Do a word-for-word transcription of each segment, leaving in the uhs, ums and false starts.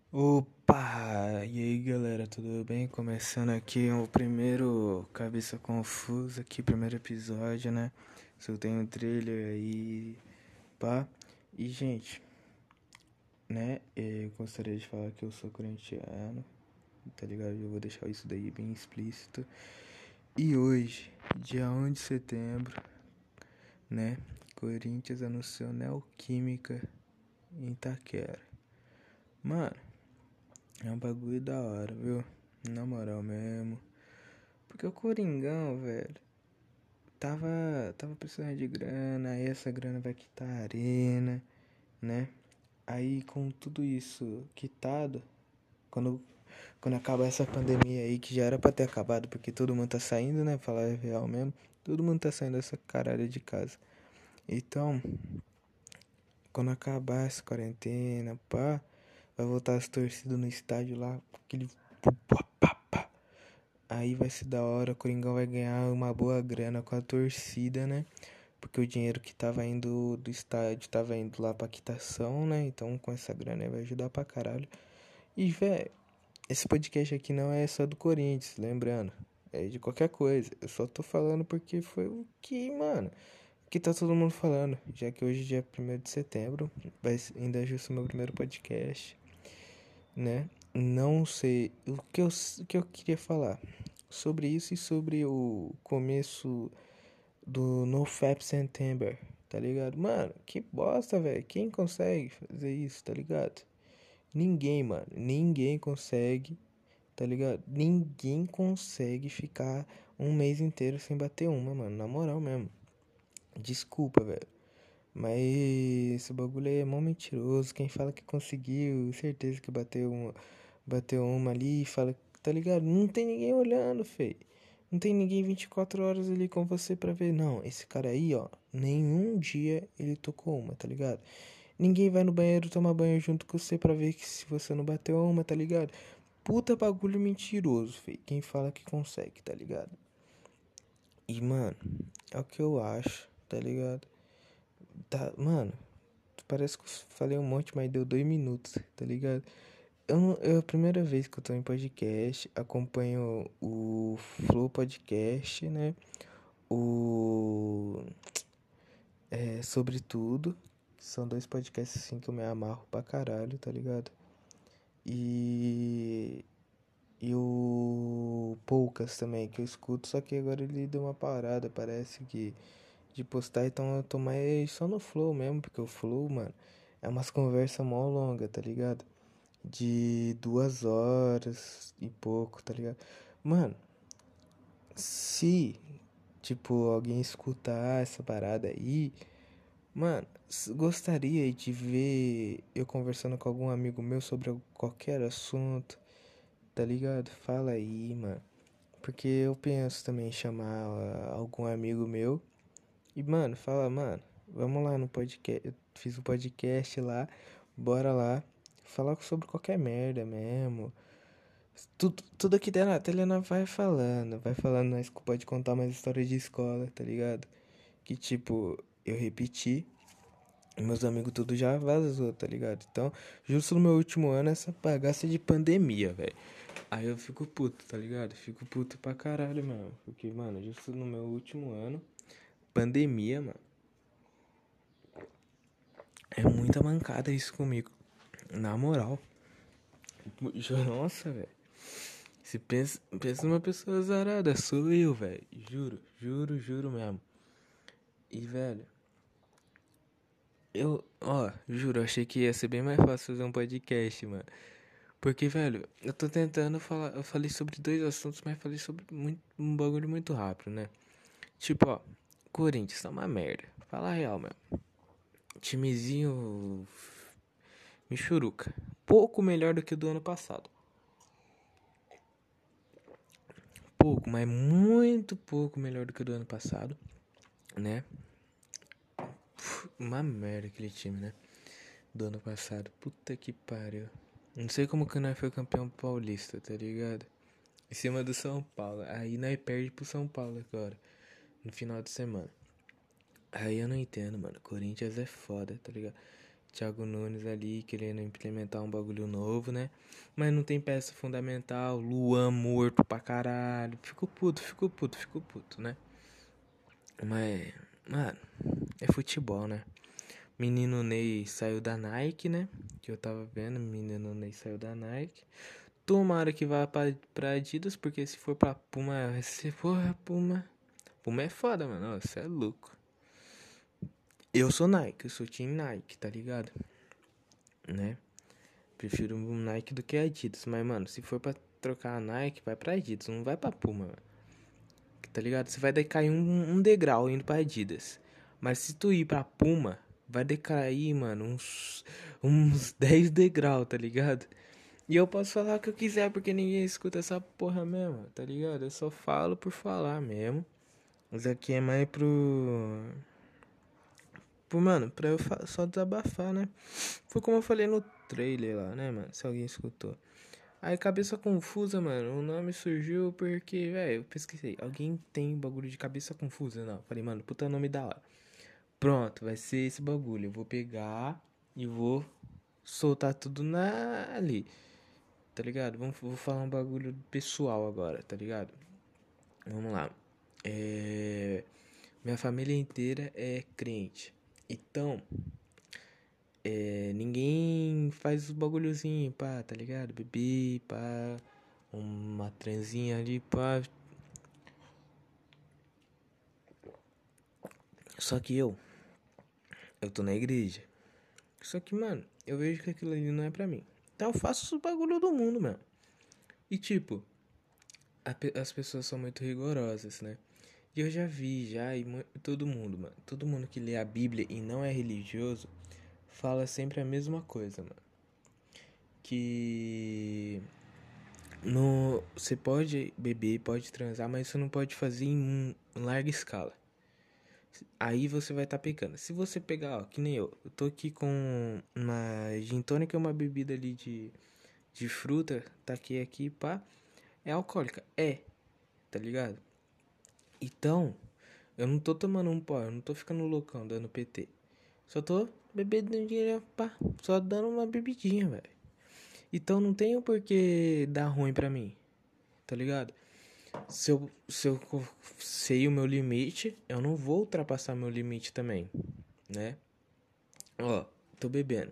Opa! E aí galera, tudo bem? Começando aqui o primeiro Cabeça Confusa aqui, primeiro episódio, né? Soltei um trailer aí, pá. E gente, né? Eu gostaria de falar que eu sou corintiano, tá ligado? Eu vou deixar isso daí bem explícito. E hoje, dia um de setembro, né? Corinthians anunciou Neoquímica em Itaquera. Mano, é um bagulho da hora, viu? Na moral mesmo. Porque o Coringão, velho, tava, tava precisando de grana, aí essa grana vai quitar a arena, né? Aí com tudo isso quitado, quando, quando acabar essa pandemia aí, que já era pra ter acabado, porque todo mundo tá saindo, né? Falar a real mesmo, todo mundo tá saindo dessa caralho de casa. Então, quando acabar essa quarentena, pá, vai voltar as torcidas no estádio lá, aquele. Aí vai ser da hora, o Coringão vai ganhar uma boa grana com a torcida, né? Porque o dinheiro que tava indo do estádio tava indo lá pra quitação, né? Então com essa grana aí vai ajudar pra caralho. E, véi, esse podcast aqui não é só do Corinthians, lembrando. É de qualquer coisa. Eu só tô falando porque foi o que, mano, que tá todo mundo falando. Já que hoje é dia primeiro de setembro, vai ainda justo meu primeiro podcast, né? Não sei o que eu, o que eu queria falar sobre isso e sobre o começo do NoFap September, tá ligado? Mano, que bosta, velho. Quem consegue fazer isso, tá ligado? Ninguém, mano. Ninguém consegue, tá ligado? Ninguém consegue ficar um mês inteiro sem bater uma, mano. Na moral mesmo. Desculpa, velho. Mas esse bagulho aí é mó mentiroso. Quem fala que conseguiu, certeza que bateu uma, bateu uma ali e fala, tá ligado? Não tem ninguém olhando, fei. Não tem ninguém vinte e quatro horas ali com você pra ver. Não, esse cara aí, ó, nenhum dia ele tocou uma, tá ligado? Ninguém vai no banheiro tomar banho junto com você pra ver que se você não bateu uma, tá ligado? Puta bagulho mentiroso, fei. Quem fala que consegue, tá ligado? E, mano, é o que eu acho, tá ligado? Tá, mano, parece que eu falei um monte, mas deu dois minutos, tá ligado? Eu, não- é a primeira vez que eu tô em podcast, acompanho o Flow Podcast, né? O É Sobre Tudo. São dois podcasts assim que eu me amarro pra caralho, tá ligado? E. E o Poucas também, que eu escuto, só que agora ele deu uma parada, parece que de postar, então eu tô mais só no Flow mesmo, porque o Flow, mano, é umas conversas mó longa, tá ligado? De duas horas e pouco, tá ligado? Mano, se, tipo, alguém escutar essa parada aí, mano, s- gostaria de ver eu conversando com algum amigo meu sobre qualquer assunto, tá ligado? Fala aí, mano. Porque eu penso também em chamar ah, algum amigo meu e, mano, fala, mano, vamos lá no podcast. Eu fiz um podcast lá, bora lá. Falar sobre qualquer merda mesmo. Tudo, tudo que der na telha nós vai falando. Vai falando, nós pode contar mais histórias de escola, tá ligado? Que tipo, eu repeti. E meus amigos tudo já vazou, tá ligado? Então, justo no meu último ano, essa bagaça de pandemia, velho. Aí eu fico puto, tá ligado? Fico puto pra caralho, mano. Porque, mano, justo no meu último ano, pandemia, mano. É muita mancada isso comigo. Na moral. Nossa, velho. Se pensa, pensa numa pessoa azarada, sou eu, velho. Juro, juro, juro mesmo. E, velho, eu, ó, juro, achei que ia ser bem mais fácil fazer um podcast, mano. Porque, velho, eu tô tentando falar. Eu falei sobre dois assuntos, mas falei sobre muito, um bagulho muito rápido, né? Tipo, ó, Corinthians tá uma merda. Fala a real, meu. Timezinho. Michuruca. Pouco melhor do que o do ano passado. Pouco, mas muito pouco melhor do que o do ano passado, né? Uma merda aquele time, né? Do ano passado. Puta que pariu. Não sei como que nós foi campeão paulista, tá ligado? Em cima do São Paulo. Aí nós perde pro São Paulo agora. No final de semana. Aí eu não entendo, mano. Corinthians é foda, tá ligado? Thiago Nunes ali querendo implementar um bagulho novo, né? Mas não tem peça fundamental. Luan morto pra caralho. Fico puto, fico puto, fico puto, né? Mas, mano, é futebol, né? Menino Ney saiu da Nike, né? Que eu tava vendo, menino Ney saiu da Nike. Tomara que vá pra, pra Adidas, porque se for pra Puma, vai ser, porra, Puma. Puma é foda, mano. Você é louco. Eu sou Nike, eu sou Team Nike, tá ligado? Né? Prefiro o Nike do que a Adidas. Mas, mano, se for pra trocar a Nike, vai pra Adidas, não vai pra Puma, mano. Tá ligado? Você vai decair um, um degrau indo pra Adidas. Mas se tu ir pra Puma, vai decair, mano, uns, uns dez degraus, tá ligado? E eu posso falar o que eu quiser, porque ninguém escuta essa porra mesmo, tá ligado? Eu só falo por falar mesmo. Mas aqui é mais pro... Pro, mano, pra eu só desabafar, né? Foi como eu falei no trailer lá, né, mano? Se alguém escutou. Aí, cabeça confusa, mano. O nome surgiu porque, velho, eu pesquisei. Alguém tem bagulho de cabeça confusa? Não. Falei, mano, puta nome da hora. Pronto, vai ser esse bagulho. Eu vou pegar e vou soltar tudo na ali. Tá ligado? Vamos, vou falar um bagulho pessoal agora, tá ligado? Vamos lá. É... Minha família inteira é crente. Então, é... ninguém faz os bagulhozinhos, pá, tá ligado? Beber, pá, uma transinha ali, pá. Só que eu, eu tô na igreja. Só que, mano, eu vejo que aquilo ali não é pra mim. Então eu faço os bagulho do mundo, mano. E tipo, a, as pessoas são muito rigorosas, né? E eu já vi, já, e todo mundo, mano. Todo mundo que lê a Bíblia e não é religioso fala sempre a mesma coisa, mano. Que no, você pode beber, pode transar, mas você não pode fazer em larga escala. Aí você vai estar tá pecando. Se você pegar, ó, que nem eu, eu tô aqui com uma gin tônica e uma bebida ali de, de fruta, taquei aqui, pá. É alcoólica? É, tá ligado? Então, eu não tô tomando um pó, eu não tô ficando loucão dando P T. Só tô bebendo dinheiro, pá, só dando uma bebidinha, velho. Então não tem o porquê dar ruim pra mim, tá ligado? Se eu, se eu sei o meu limite, eu não vou ultrapassar meu limite também, né? Ó, tô bebendo.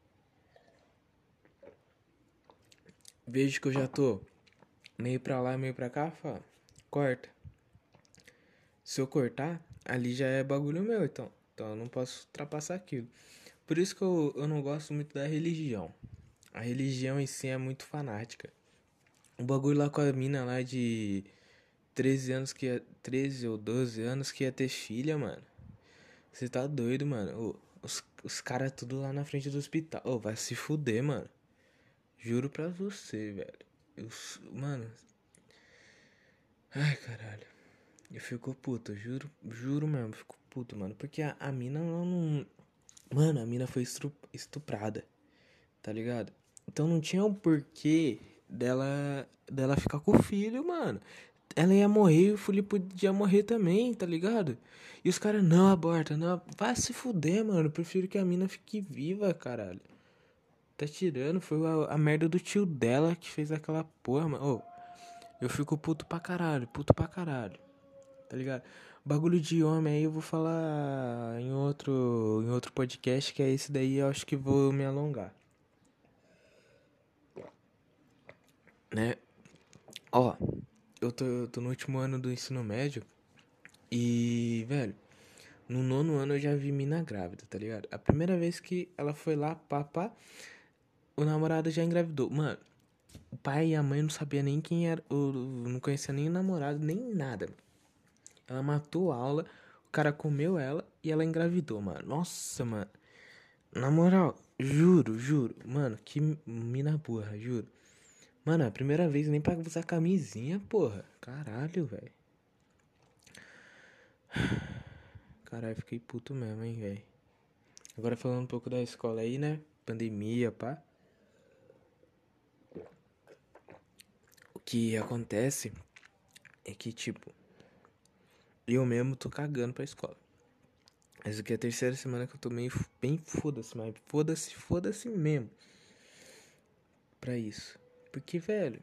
Vejo que eu já tô meio pra lá, meio pra cá, fala, corta. Se eu cortar, ali já é bagulho meu, então. Então eu não posso ultrapassar aquilo. Por isso que eu, eu não gosto muito da religião. A religião em si é muito fanática. O bagulho lá com a mina lá de treze anos que ia... treze ou doze anos que ia ter filha, mano. Você tá doido, mano. Ô, os os caras tudo lá na frente do hospital. Ô, vai se fuder, mano. Juro pra você, velho. Eu, mano. Ai, caralho. Eu fico puto, juro, juro mesmo, fico puto, mano. Porque a, a mina não, não. Mano, a mina foi estuprada, tá ligado? Então não tinha um porquê dela, dela ficar com o filho, mano. Ela ia morrer e o filho podia morrer também, tá ligado? E os caras, não, aborta, não. Vai se fuder, mano. Eu prefiro que a mina fique viva, caralho. Tá tirando, foi a, a merda do tio dela que fez aquela porra, mano. Ô, eu fico puto pra caralho, puto pra caralho. Tá ligado? Bagulho de homem aí eu vou falar em outro, em outro podcast, que é esse daí, eu acho que vou me alongar. Né? Ó, eu tô, eu tô no último ano do ensino médio e, velho, no nono ano eu já vi mina grávida, tá ligado? A primeira vez que ela foi lá, papá, o namorado já engravidou. Mano, o pai e a mãe não sabia nem quem era, o, não conhecia nem o namorado, nem nada. Ela matou a aula, o cara comeu ela e ela engravidou, mano. Nossa, mano. Na moral, juro, juro. Mano, que mina burra, juro. Mano, é a primeira vez nem pra usar camisinha, porra. Caralho, velho. Caralho, fiquei puto mesmo, hein, velho. Agora falando um pouco da escola aí, né? Pandemia, pá. O que acontece é que, tipo, eu mesmo tô cagando pra escola. Essa aqui é a terceira semana que eu tô meio bem foda-se, mas foda-se, foda-se mesmo. Pra isso. Porque, velho,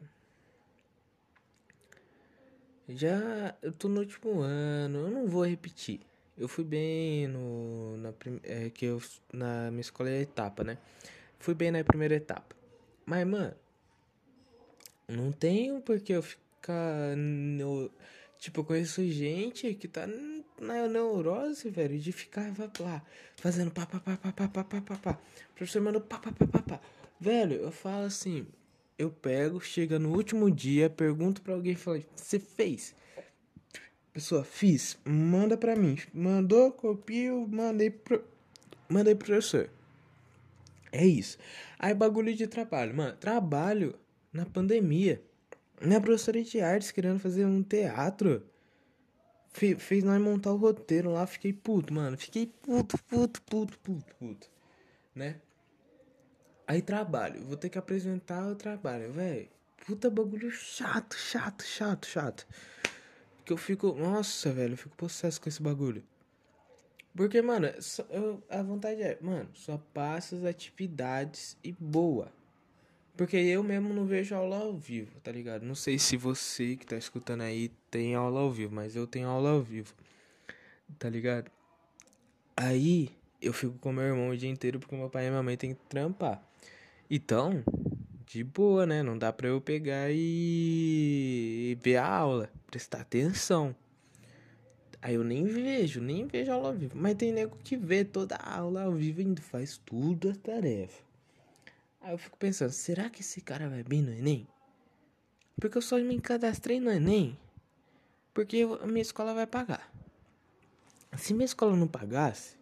já eu tô no último ano, eu não vou repetir. Eu fui bem no na prim- é, que eu na minha escola é etapa, né? Fui bem na primeira etapa. Mas, mano, não tenho porque eu ficar no, tipo, eu conheço gente que tá na neurose, velho, de ficar vai lá fazendo pá pá pá pá pá pá pá pá pá. Professor manda pá pá pá pá pá. Velho, eu falo assim, eu pego, chega no último dia, pergunto pra alguém, fala, você fez? Pessoa, fiz, manda pra mim. Mandou, copio, mandei pro, mandei pro professor. É isso. Aí bagulho de trabalho, mano, trabalho na pandemia. Minha professora de artes querendo fazer um teatro. Fe, fez nós montar o roteiro lá, fiquei puto, mano. Fiquei puto, puto, puto, puto, puto. Né? Aí trabalho, vou ter que apresentar o trabalho, velho. Puta bagulho chato, chato, chato, chato. Que eu fico, nossa, velho, eu fico possesso com esse bagulho. Porque, mano, só, eu, a vontade é, mano, só passa as atividades e boa. Porque eu mesmo não vejo aula ao vivo, tá ligado? Não sei se você que tá escutando aí tem aula ao vivo, mas eu tenho aula ao vivo, tá ligado? Aí eu fico com meu irmão o dia inteiro porque meu pai e minha mãe tem que trampar. Então, de boa, né? Não dá pra eu pegar e ver a aula, prestar atenção. Aí eu nem vejo, nem vejo aula ao vivo. Mas tem nego que vê toda a aula ao vivo e ainda faz tudo a tarefa. Aí eu fico pensando, será que esse cara vai bem no Enem? Porque eu só me cadastrei no Enem porque a minha escola vai pagar. Se minha escola não pagasse,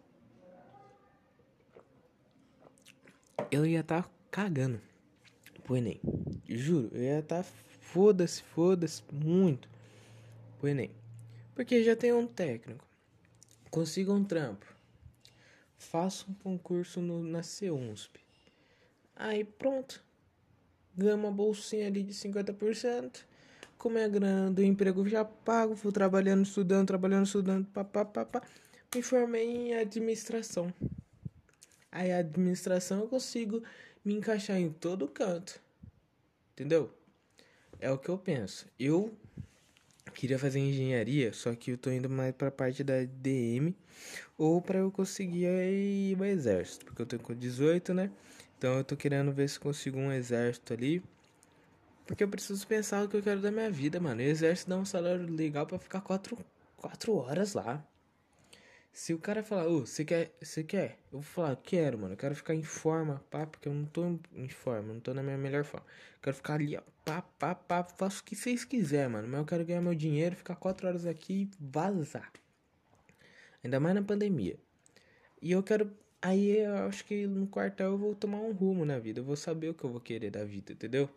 eu ia estar tá cagando pro Enem. Juro, eu ia estar tá foda-se, foda-se muito pro Enem. Porque já tem um técnico, consigo um trampo, faço um concurso no, na CEUNSP. Aí pronto, ganho uma bolsinha ali de cinquenta por cento. Com minha grana do emprego já pago, vou trabalhando, estudando, trabalhando, estudando, papapá. Me formei em administração. Aí a administração eu consigo me encaixar em todo canto. Entendeu? É o que eu penso. Eu queria fazer engenharia, só que eu tô indo mais pra parte da D M ou pra eu conseguir ir ao exército, porque eu tô com dezoito, né? Então eu tô querendo ver se consigo um exército ali, porque eu preciso pensar o que eu quero da minha vida, mano. O exército dá um salário legal pra ficar quatro, quatro horas lá. Se o cara falar, ô, você quer, você quer? Eu vou falar, quero, mano. Eu quero ficar em forma, pá, porque eu não tô em forma, não tô na minha melhor forma. Eu quero ficar ali, ó, pá, pá, pá, faço o que vocês quiserem, mano. Mas eu quero ganhar meu dinheiro, ficar quatro horas aqui e vazar. Ainda mais na pandemia. E eu quero. Aí eu acho que no quartel eu vou tomar um rumo na vida. Eu vou saber o que eu vou querer da vida, entendeu?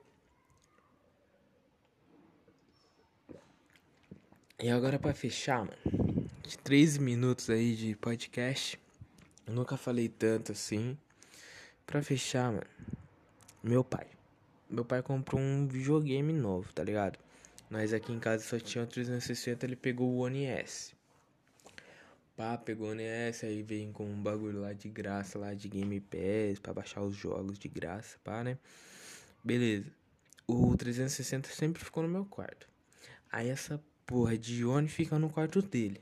E agora pra fechar, mano. De treze minutos aí de podcast. Eu nunca falei tanto assim. Pra fechar, mano. Meu pai. Meu pai comprou um videogame novo, tá ligado? Nós aqui em casa só tinha o trezentos e sessenta, ele pegou o One S. Pá, pegou o One S, aí vem com um bagulho lá de graça, lá de Game Pass, pra baixar os jogos de graça, pá, né? Beleza. O trezentos e sessenta sempre ficou no meu quarto. Aí essa porra de One fica no quarto dele.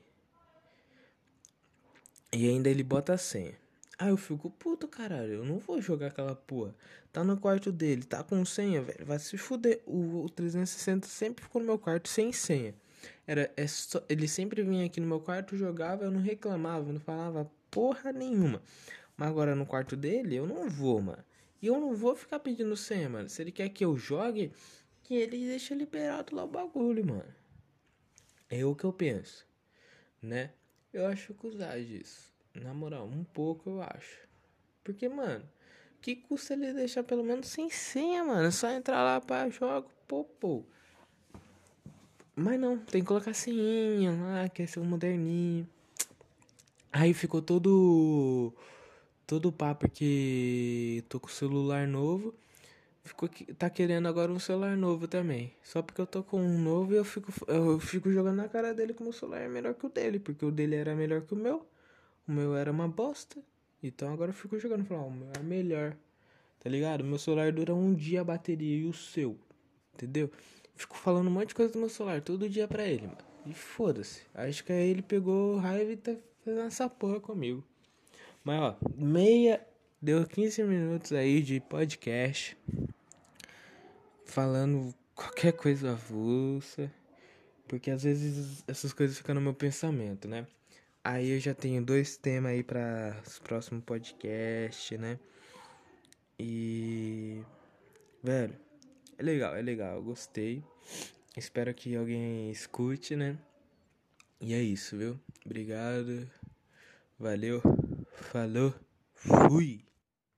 E ainda ele bota a senha. Aí eu fico, puto, caralho, eu não vou jogar aquela porra. Tá no quarto dele, tá com senha, velho. Vai se fuder. O, o trezentos e sessenta sempre ficou no meu quarto sem senha. Era, é só, ele sempre vinha aqui no meu quarto, jogava, eu não reclamava, não falava porra nenhuma. Mas agora no quarto dele, eu não vou, mano. E eu não vou ficar pedindo senha, mano. Se ele quer que eu jogue, que ele deixa liberado lá o bagulho, mano. É o que eu penso, né? Eu acho que usar disso. Na moral, um pouco eu acho. Porque, mano, que custa ele deixar pelo menos sem senha, mano? É só entrar lá pra jogo, pô, pô. Mas não, tem que colocar senha lá, que é ser um moderninho. Aí ficou todo. Todo papo que tô com celular novo. Ficou que, tá querendo agora um celular novo também. Só porque eu tô com um novo eu fico, eu fico jogando na cara dele como o celular é melhor que o dele. Porque o dele era melhor que o meu. o meu era uma bosta. Então agora eu fico jogando, falando, o meu é melhor. Tá ligado? Meu celular dura um dia a bateria e o seu. Entendeu? Fico falando um monte de coisa do meu celular todo dia pra ele, mano. E foda-se. Acho que aí ele pegou raiva e tá fazendo essa porra comigo. Mas ó, meia. Deu quinze minutos aí de podcast. Falando qualquer coisa avulsa. Porque às vezes essas coisas ficam no meu pensamento, né? Aí eu já tenho dois temas aí para os próximos podcasts, né? E. Velho, é legal, é legal, eu gostei. Espero que alguém escute, né? E é isso, viu? Obrigado. Valeu. Falou. Fui.